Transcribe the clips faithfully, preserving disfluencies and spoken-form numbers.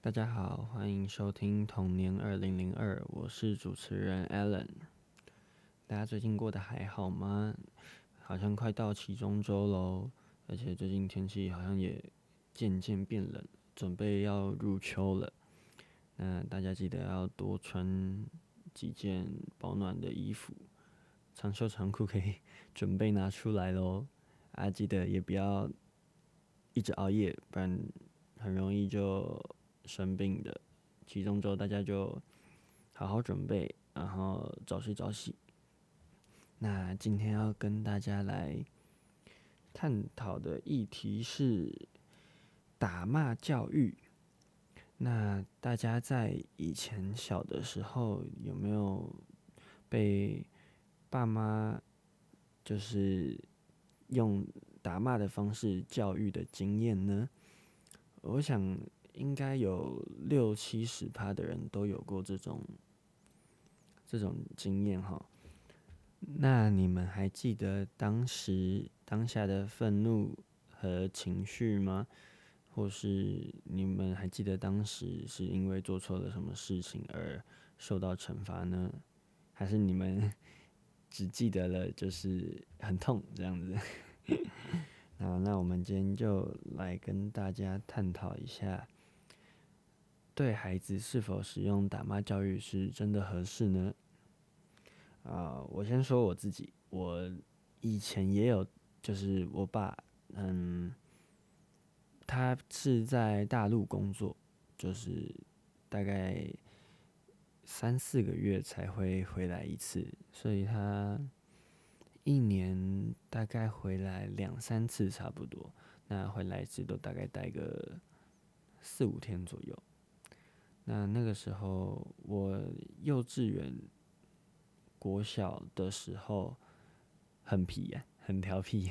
大家好，欢迎收听童年二零零二，我是主持人 Alan。大家最近过得还好吗？好像快到期中周喽，而且最近天气好像也渐渐变冷，准备要入秋了。那大家记得要多穿几件保暖的衣服，长袖长裤可以准备拿出来喽。啊，记得也不要一直熬夜，不然很容易就生病的。期中周大家就好好准备，然后早睡早起。那今天要跟大家来探讨的议题是打骂教育。那大家在以前小的时候有没有被爸妈就是用打骂的方式教育的经验呢？我想应该有六七十趴的人都有过这种这种经验哈。那你们还记得当时当下的愤怒和情绪吗？或是你们还记得当时是因为做错了什么事情而受到惩罚呢？还是你们只记得了就是很痛这样子？好，那我们今天就来跟大家探讨一下，对孩子是否使用打骂教育是真的合适呢？啊、我先说我自己，我以前也有，就是我爸，嗯，他是在大陆工作，就是大概三四个月才会回来一次，所以他一年大概回来两三次差不多。那回来一次都大概待个四五天左右。那那个时候我幼稚园、国小的时候很皮呀、很调皮，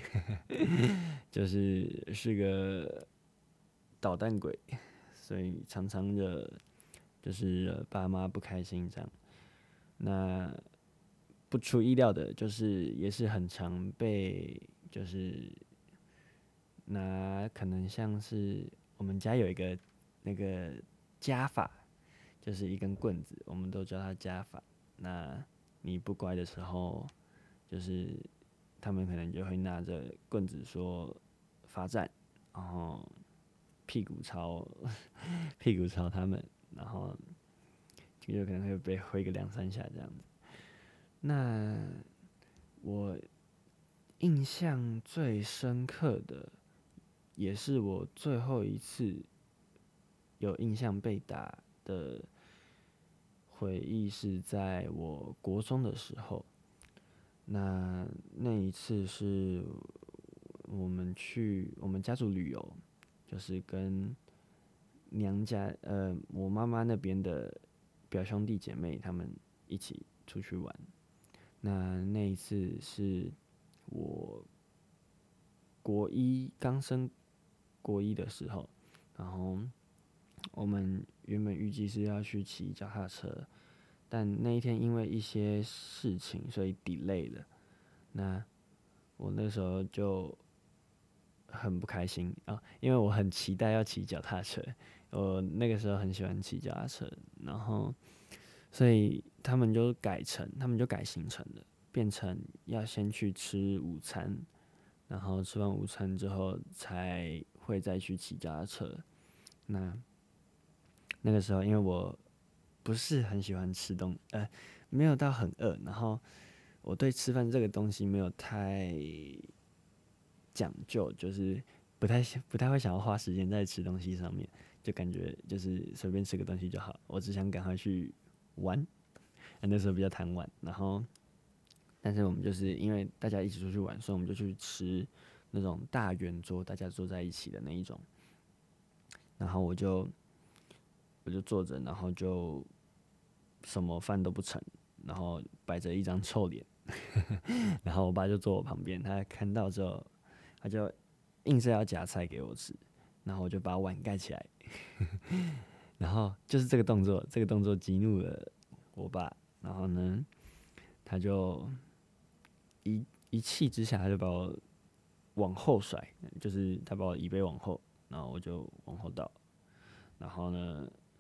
就是是个捣蛋鬼，所以常常惹就是惹爸妈不开心这样。那不出意料的，就是也是很常被就是拿可能像是我们家有一个那个家法，就是一根棍子，我们都叫它家法。那你不乖的时候，就是他们可能就会拿着棍子说罚站，然后屁股朝屁股朝他们，然后就有可能会被挥个两三下这样子。那我印象最深刻的，也是我最后一次有印象被打的回忆，是在我国中的时候。那那一次是我们去我们家族旅游，就是跟娘家呃我妈妈那边的表兄弟姐妹他们一起出去玩。那那一次是我国一刚升国一的时候，然后我们原本预计是要去骑脚踏车，但那一天因为一些事情，所以 delay 了。那我那时候就很不开心啊，因为我很期待要骑脚踏车，我那个时候很喜欢骑脚踏车，然后所以他们就改成，他们就改行程了，变成要先去吃午餐，然后吃完午餐之后才会再去骑脚踏车。那那个时候因为我不是很喜欢吃东，呃，没有到很饿，然后我对吃饭这个东西没有太讲究，就是不太不太会想要花时间在吃东西上面，就感觉就是随便吃个东西就好，我只想赶快去玩。那时候比较贪玩，然后但是我们就是因为大家一起出去玩，所以我们就去吃那种大圆桌，大家坐在一起的那一种。然后我就我就坐着，然后就什么饭都不盛，然后摆着一张臭脸，然后我爸就坐我旁边，他看到之后，他就硬是要夹菜给我吃，然后我就把碗盖起来，然后就是这个动作，这个动作激怒了我爸，然后呢，他就一一气之下，他就把我往后甩，就是他把我椅背往后，然后我就往后倒，然后呢，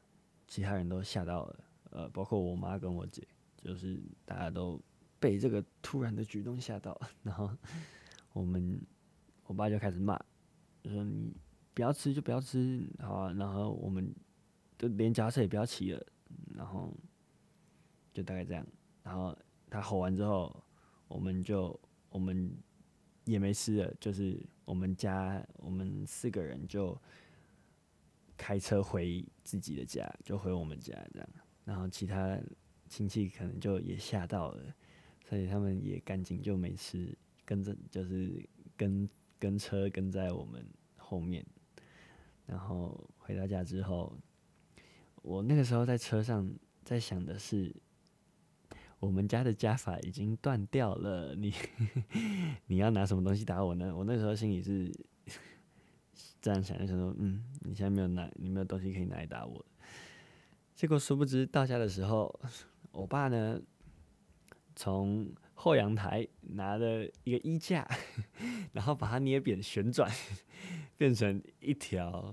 其他人都吓到了，呃，包括我妈跟我姐，就是大家都被这个突然的举动吓到，然后我们我爸就开始骂，就说你不要吃就不要吃，好啊，然后我们就连脚踏车也不要骑了，然后就大概这样，然后他吼完之后，我们就我们也没吃了，就是我们家我们四个人就开车回自己的家，就回我们家这样，然后其他亲戚可能就也吓到了，所以他们也赶紧就没吃，跟着就是跟跟车跟在我们后面，然后回到家之后，我那个时候在车上在想的是，我们家的家法已经断掉了，你你要拿什么东西打我呢？我那时候心里是这样想，就想说，嗯，你现在没有拿，你没有东西可以拿来打我。结果殊不知到家的时候，我爸呢从后阳台拿了一个衣架，然后把它捏扁旋转，变成一条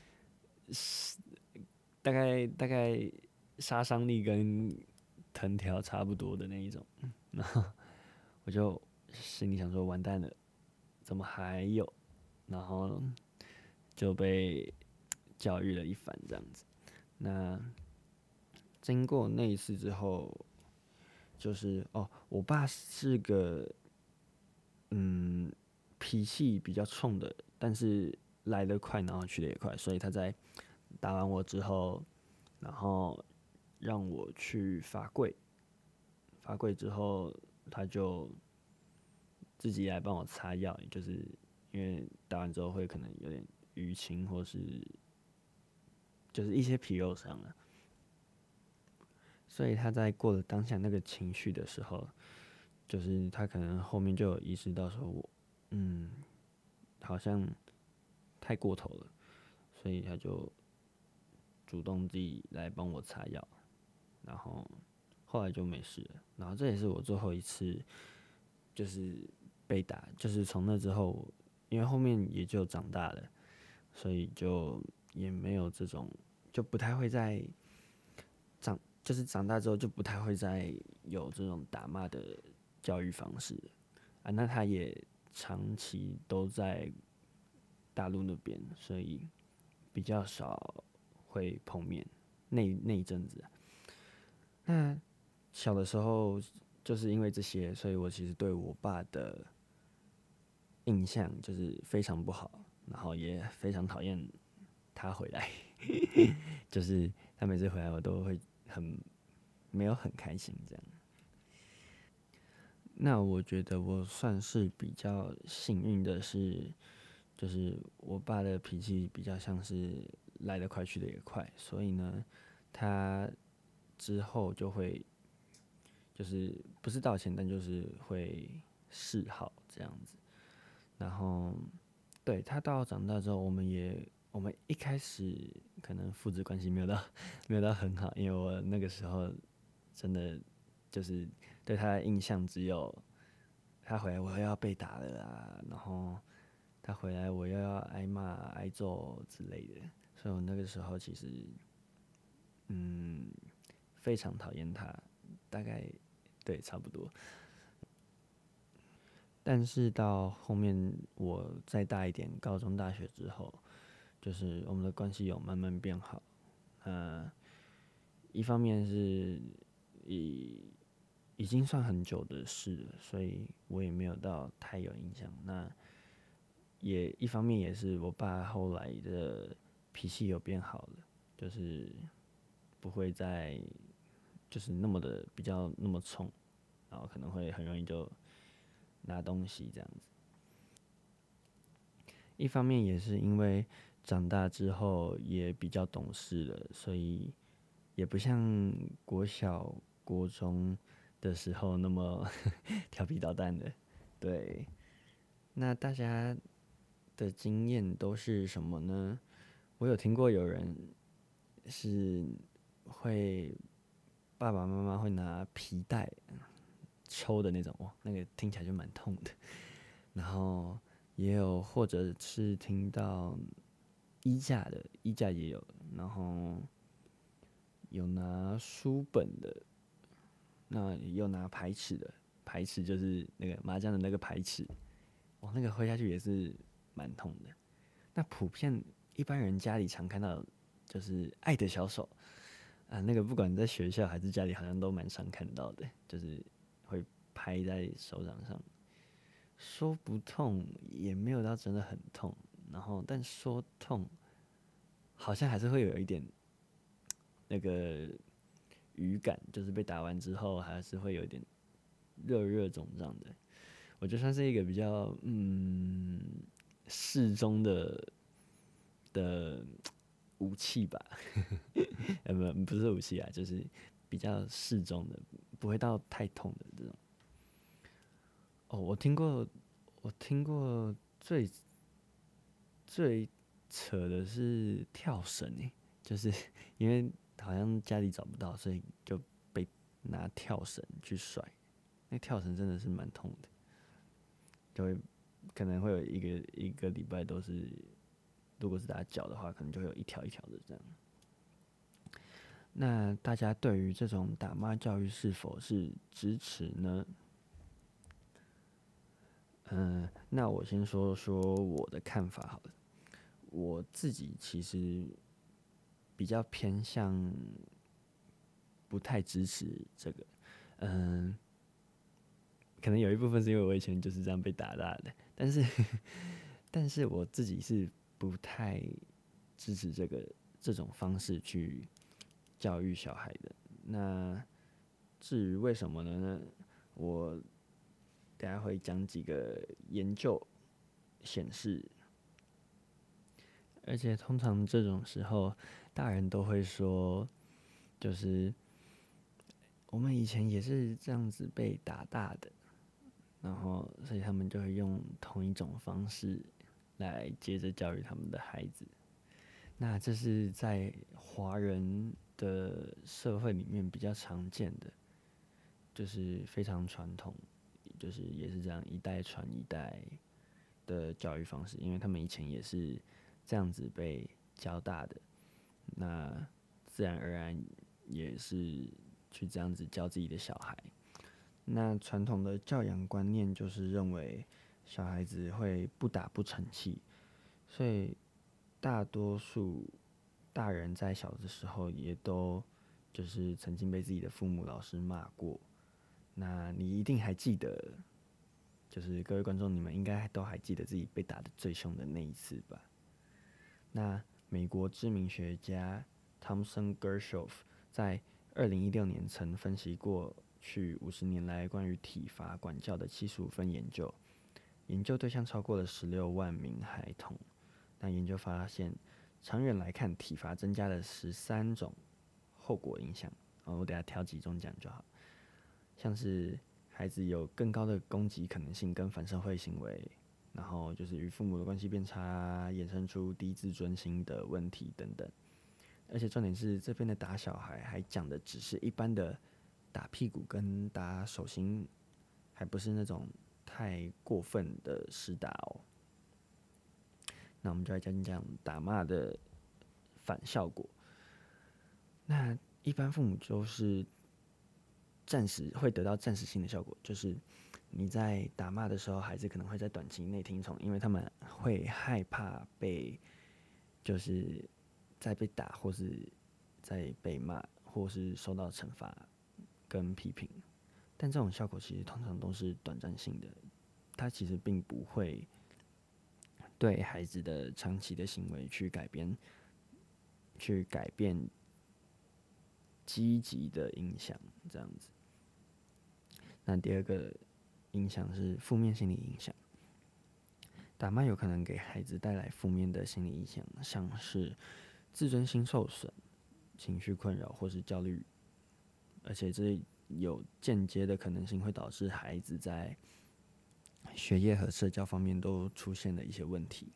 大概大概杀伤力跟藤条差不多的那一种。然后我就心里想说，完蛋了，怎么还有？然后就被教育了一番这样子。那经过那一次之后，就是哦，我爸是个嗯脾气比较冲的，但是来得快，然后去得也快，所以他在打完我之后，然后让我去罚跪，罚跪之后，他就自己来帮我擦药，就是因为打完之后会可能有点淤青，或是就是一些皮肉伤啊，所以他在过了当下那个情绪的时候，就是他可能后面就有意识到说我，嗯，好像太过头了，所以他就主动自己来帮我擦药，然后后来就没事了。然后这也是我最后一次就是被打，就是从那之后，因为后面也就长大了，所以就也没有这种，就不太会再长，就是长大之后就不太会再有这种打骂的教育方式了啊。那他也长期都在大陆那边，所以比较少会碰面。那那一阵子啊，那小的时候就是因为这些，所以我其实对我爸的印象就是非常不好，然后也非常讨厌他回来。就是他每次回来，我都会很没有很开心这样。那我觉得我算是比较幸运的是，就是我爸的脾气比较像是来得快去得也快，所以呢，他之后就会就是不是道歉，但就是会示好这样子。然后对他到长大之后，我们也我们一开始可能父子关系没有到没有到很好，因为我那个时候真的就是对他的印象只有他回来我又要被打了啊，然后他回来我又要挨骂挨揍之类的，所以我那个时候其实嗯非常讨厌他，大概对差不多。但是到后面我再大一点，高中、大学之后，就是我们的关系有慢慢变好。呃，一方面是已已经算很久的事了，所以我也没有到太有印象。那也一方面也是我爸后来的脾气有变好了，就是不会再就是那么的比较那么冲，然后可能会很容易就拿东西这样子。一方面也是因为长大之后也比较懂事了，所以也不像国小、国中的时候那么调皮捣蛋的。对，那大家的经验都是什么呢？我有听过有人是会爸爸妈妈会拿皮带抽的那种，哇，那个听起来就蛮痛的。然后也有或者是听到衣架的，衣架也有，然后有拿书本的，那也有拿排尺的，排尺就是那个麻将的那个排尺，哇，那个挥下去也是蛮痛的。那普遍一般人家里常看到就是爱的小手啊，那个不管在学校还是家里，好像都蛮常看到的，就是会拍在手掌上。说不痛也没有到真的很痛，然后但说痛，好像还是会有一点那个余感，就是被打完之后还是会有一点热热肿胀的。我觉得算是一个比较嗯适中的的武器吧，呃不不是武器啊，就是比较适中的，不会到太痛的这种。哦，我听过，我听过最最扯的是跳绳诶，就是因为好像家里找不到，所以就被拿跳绳去甩。那跳绳真的是蛮痛的，就会可能会有一个一个礼拜都是，如果是打脚的话，可能就会有一条一条的这样。那大家对于这种打骂教育是否是支持呢？嗯、呃，那我先说说我的看法好了。我自己其实比较偏向不太支持这个，嗯、呃，可能有一部分是因为我以前就是这样被打大的，但是但是我自己是不太支持这个这种方式去教育小孩的。那至于为什么呢？我等下会讲几个研究显示，而且通常这种时候，大人都会说，就是我们以前也是这样子被打大的，然后所以他们就会用同一种方式来接着教育他们的孩子。那这是在华人的社会里面比较常见的，就是非常传统，就是也是这样一代传一代的教育方式，因为他们以前也是这样子被教大的，那自然而然也是去这样子教自己的小孩。那传统的教养观念就是认为小孩子会不打不成器，所以大多数大人在小的时候也都就是曾经被自己的父母、老师骂过。那你一定还记得，就是各位观众，你们应该都还记得自己被打的最凶的那一次吧？那美国知名学家 Thomson Gershoff 在二零一六年曾分析过去五十年来关于体罚管教的七十五份研究，研究对象超过了十六万名孩童。那研究发现，长远来看，体罚增加了十三种后果影响。哦，我等下挑几种讲就好，像是孩子有更高的攻击可能性跟反社会行为，然后就是与父母的关系变差，衍生出低自尊心的问题等等。而且重点是，这边的打小孩还讲的只是一般的打屁股跟打手心，还不是那种太过分的施打哦。那我们就来讲讲打骂的反效果。那一般父母就是暂时会得到暂时性的效果，就是你在打骂的时候，孩子可能会在短期内听从，因为他们会害怕被就是在被打，或是在被骂，或是受到惩罚跟批评。但这种效果其实通常都是短暂性的，它其实并不会对孩子的长期的行为去改变，去改变积极的影响，这样子。那第二个影响是负面心理影响，打骂有可能给孩子带来负面的心理影响，像是自尊心受损、情绪困扰或是焦虑，而且这有间接的可能性会导致孩子在学业和社交方面都出现了一些问题。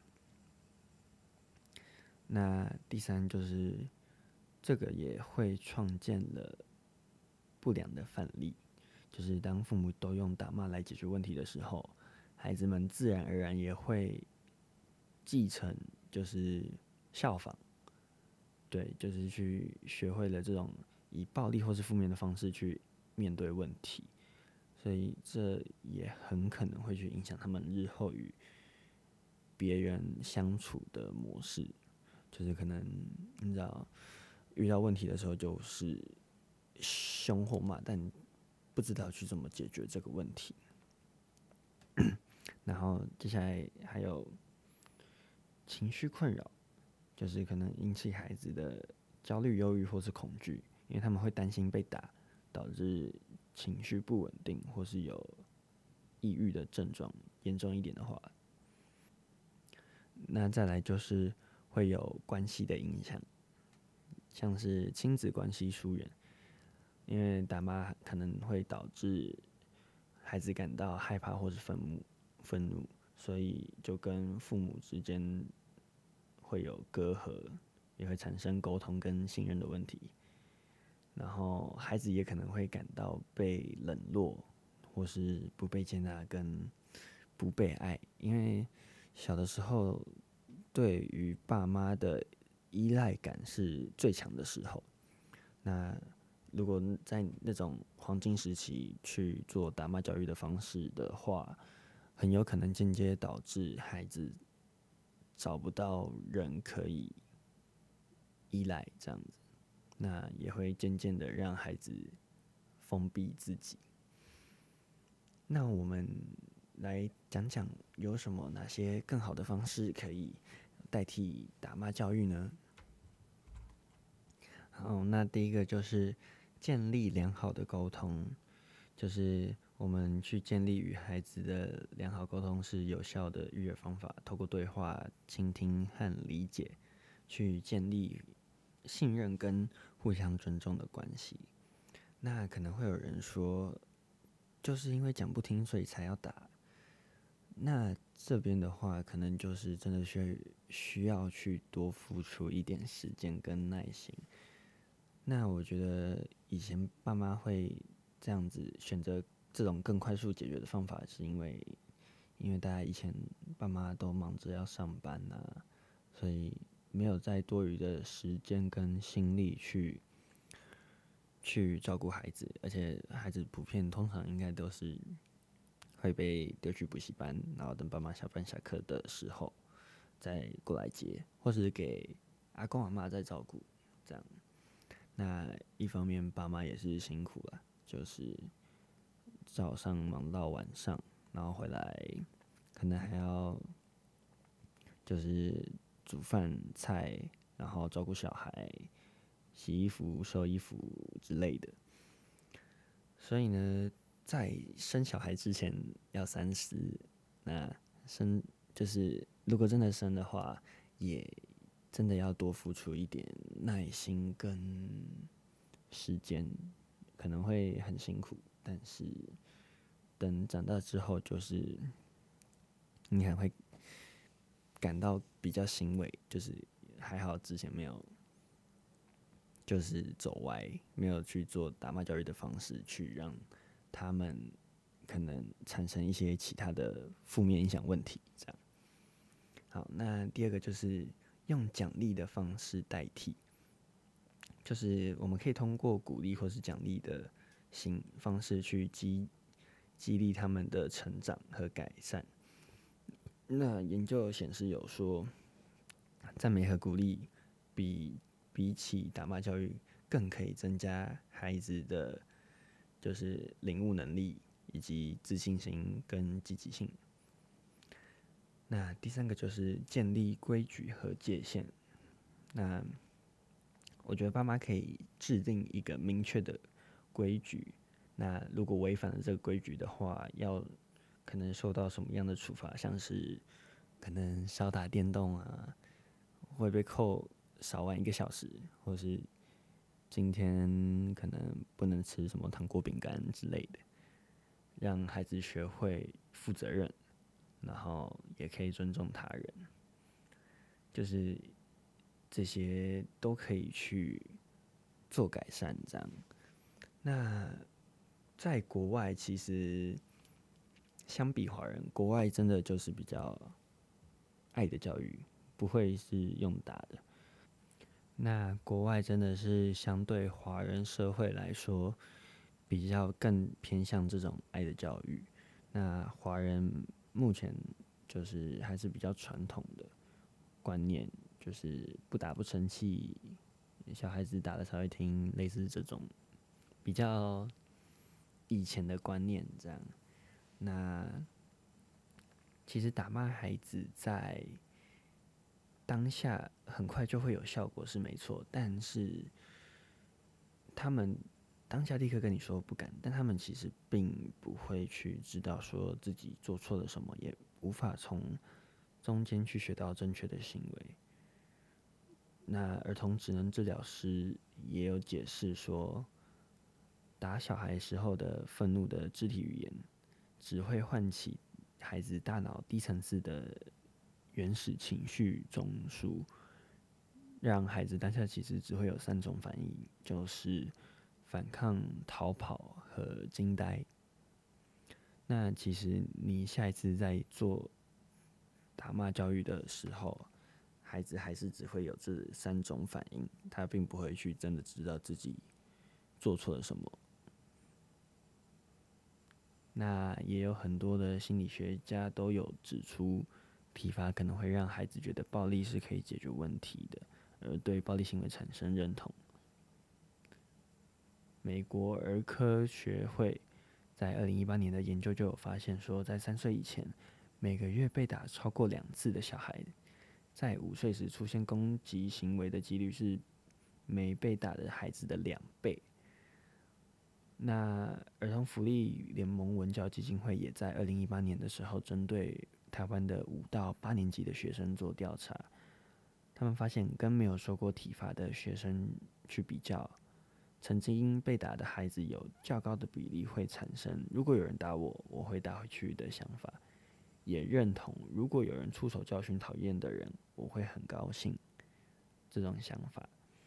那第三就是这个也会创建了不良的范例，就是当父母都用打骂来解决问题的时候，孩子们自然而然也会继承，就是效仿， 对，就是去学会了这种以暴力或是负面的方式去面对问题，所以这也很可能会去影响他们日后与别人相处的模式，就是可能你知道遇到问题的时候就是凶或骂，但不知道去怎么解决这个问题。然后接下来还有情绪困扰，就是可能引起孩子的焦虑、忧郁或是恐惧，因为他们会担心被打，导致情绪不稳定，或是有抑郁的症状，严重一点的话，那再来就是会有关系的影响，像是亲子关系疏远，因为打骂可能会导致孩子感到害怕或是愤怒，愤怒，所以就跟父母之间会有隔阂，也会产生沟通跟信任的问题。然后孩子也可能会感到被冷落，或是不被接纳跟不被爱，因为小的时候对于爸妈的依赖感是最强的时候。那如果在那种黄金时期去做打骂教育的方式的话，很有可能间接导致孩子找不到人可以依赖，这样子，那也会渐渐的让孩子封闭自己。那我们来讲讲有什么哪些更好的方式可以代替打骂教育呢？好，那第一个就是建立良好的沟通，就是我们去建立与孩子的良好沟通是有效的育儿方法，透过对话、倾听和理解，去建立信任跟互相尊重的关系。那可能会有人说，就是因为讲不听，所以才要打。那这边的话，可能就是真的需需要去多付出一点时间跟耐心。那我觉得以前爸妈会这样子选择这种更快速解决的方法，是因为因为大家以前爸妈都忙着要上班啊，所以没有再多余的时间跟心力去去照顾孩子，而且孩子普遍通常应该都是会被丢去补习班，然后等爸妈下班下课的时候再过来接，或是给阿公阿妈再照顾，这样。那一方面爸妈也是辛苦了，就是早上忙到晚上，然后回来可能还要就是煮饭菜，然后照顾小孩、洗衣服、收衣服之类的。所以呢，在生小孩之前要三思。那生就是如果真的生的话，也真的要多付出一点耐心跟时间，可能会很辛苦，但是等长大之后，就是你还会感到比较欣慰，就是还好之前没有就是走歪，没有去做打骂教育的方式去让他们可能产生一些其他的负面影响问题。这样好，那第二个就是用奖励的方式代替，就是我们可以通过鼓励或是奖励的形方式去激激励他们的成长和改善。那研究显示有说，赞美和鼓励比比起打骂教育更可以增加孩子的就是领悟能力以及自信心跟积极性。那第三个就是建立规矩和界限。那我觉得爸妈可以制定一个明确的规矩。那如果违反了这个规矩的话，要可能受到什么样的处罚？像是可能少打电动啊，会被扣少玩一个小时，或是今天可能不能吃什么糖果、饼干之类的，让孩子学会负责任，然后也可以尊重他人，就是这些都可以去做改善。这样，那在国外其实相比华人，国外真的就是比较爱的教育，不会是用打的。 那国外真的是相对华人社会来说，比较更偏向这种爱的教育。那华人目前就是还是比较传统的观念，就是不打不成器，小孩子打了才会听，类似这种比较以前的观念这样。那其实打骂孩子在当下很快就会有效果是没错，但是他们当下立刻跟你说不敢，但他们其实并不会去知道说自己做错了什么，也无法从中间去学到正确的行为。那儿童职能治疗师也有解释说，打小孩时候的愤怒的肢体语言，只会唤起孩子大脑低层次的原始情绪中枢，让孩子当下其实只会有三种反应，就是反抗、逃跑和惊呆。那其实你下一次在做打骂教育的时候，孩子还是只会有这三种反应，他并不会去真的知道自己做错了什么。那也有很多的心理学家都有指出，体罚可能会让孩子觉得暴力是可以解决问题的，而对暴力行为产生认同。美国儿科学会在二零一八年的研究就有发现说，在三岁以前，每个月被打超过两次的小孩，在五岁时出现攻击行为的几率是没被打的孩子的两倍。那儿童福利联盟文教基金会也在二零一八年的时候，针对台湾的五到八年级的学生做调查，他们发现跟没有受过体罚的学生去比较，曾经被打的孩子有较高的比例会产生如果有人打我，我会打回去的想法，也认同如果有人出手教训讨厌的人，我会很高兴这种想法。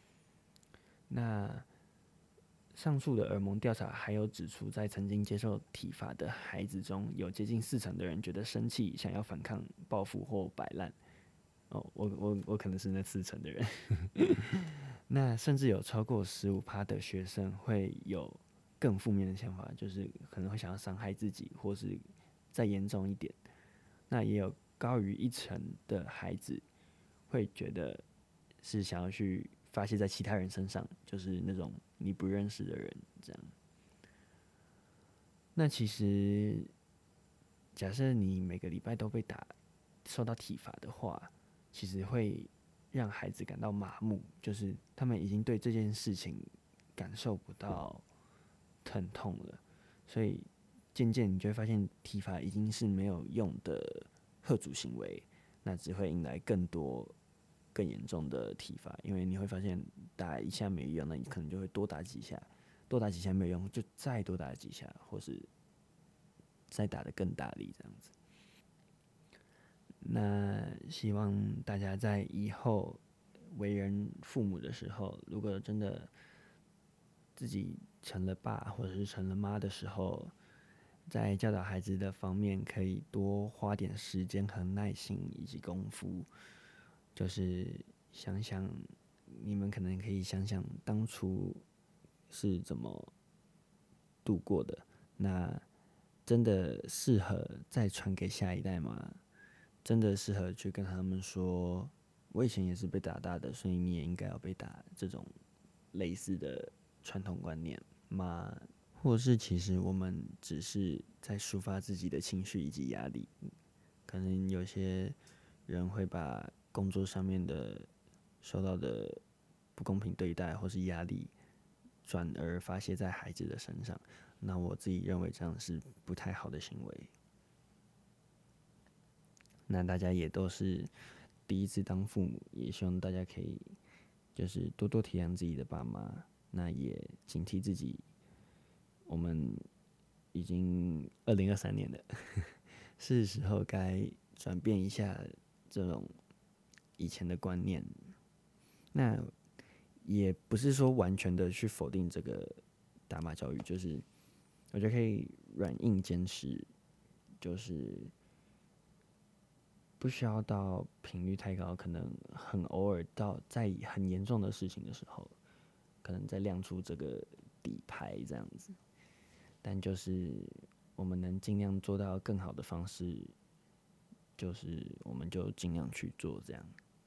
那上述的耳蒙调查还有指出，在曾经接受体罚的孩子中，有接近四成的人觉得生气，想要反抗、报复或摆烂。哦，我我我可能是那四成的人。那甚至有超过十五趴的学生会有更负面的想法，就是可能会想要伤害自己，或是再严重一点。那也有高于一成的孩子会觉得是想要去发泄在其他人身上，就是那种你不认识的人这样。那其实假设你每个礼拜都被打，受到体罚的话，其实会让孩子感到麻木，就是他们已经对这件事情感受不到疼痛了，所以渐渐你就会发现体罚已经是没有用的吓阻行为，那只会引来更多更严重的体罚，因为你会发现打一下没用，那你可能就会多打几下，多打几下没有用，就再多打几下，或是再打得更大力这样子。那希望大家在以后为人父母的时候，如果真的自己成了爸或者是成了妈的时候，在教导孩子的方面，可以多花点时间和耐心以及功夫，就是想想你们可能可以想想当初是怎么度过的，那真的适合再传给下一代吗？真的适合去跟他们说，我以前也是被打大的，所以你也应该要被打，这种类似的传统观念吗？或是其实我们只是在抒发自己的情绪以及压力，可能有些人会把工作上面的受到的不公平对待或是压力，转而发泄在孩子的身上。那我自己认为这样是不太好的行为。那大家也都是第一次当父母，也希望大家可以就是多多体谅自己的爸妈，那也警惕自己。我们已经二零二三年了，是时候该转变一下这种以前的观念。那也不是说完全的去否定这个打骂教育，就是我觉得可以软硬兼施，就是不需要到频率太高，可能很偶尔到在很严重的事情的时候，可能再亮出这个底牌这样子。但就是我们能尽量做到更好的方式，就是我们就尽量去做这样。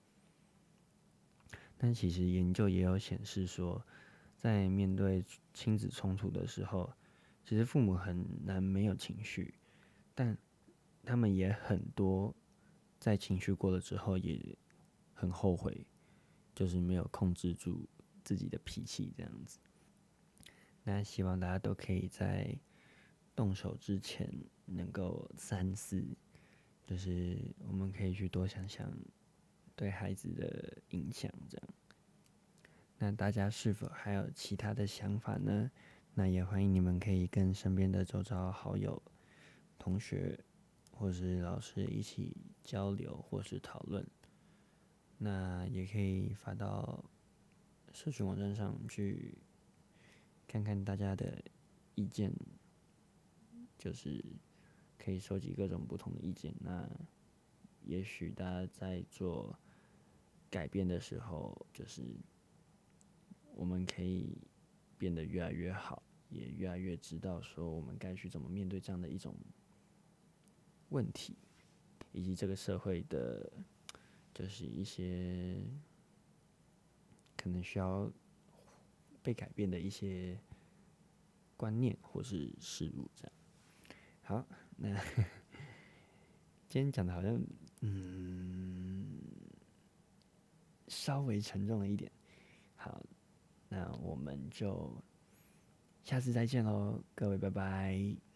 但其实研究也有显示说，在面对亲子冲突的时候，其实父母很难没有情绪，但他们也很多在情绪过了之后也很后悔，就是没有控制住自己的脾气这样子。那希望大家都可以在动手之前能够三思，就是我们可以去多想想对孩子的影响这样。那大家是否还有其他的想法呢？那也欢迎你们可以跟身边的周遭好友、同学或是老师一起交流或是讨论。那也可以发到社群网站上去看看大家的意见，就是可以收集各种不同的意见。那也许大家在做改变的时候，就是我们可以变得越来越好，也越来越知道说我们该去怎么面对这样的一种问题，以及这个社会的，就是一些可能需要被改变的一些观念或是事物，这样。好，那今天讲的好像嗯稍微沉重了一点。好，那我们就下次再见喽，各位，拜拜。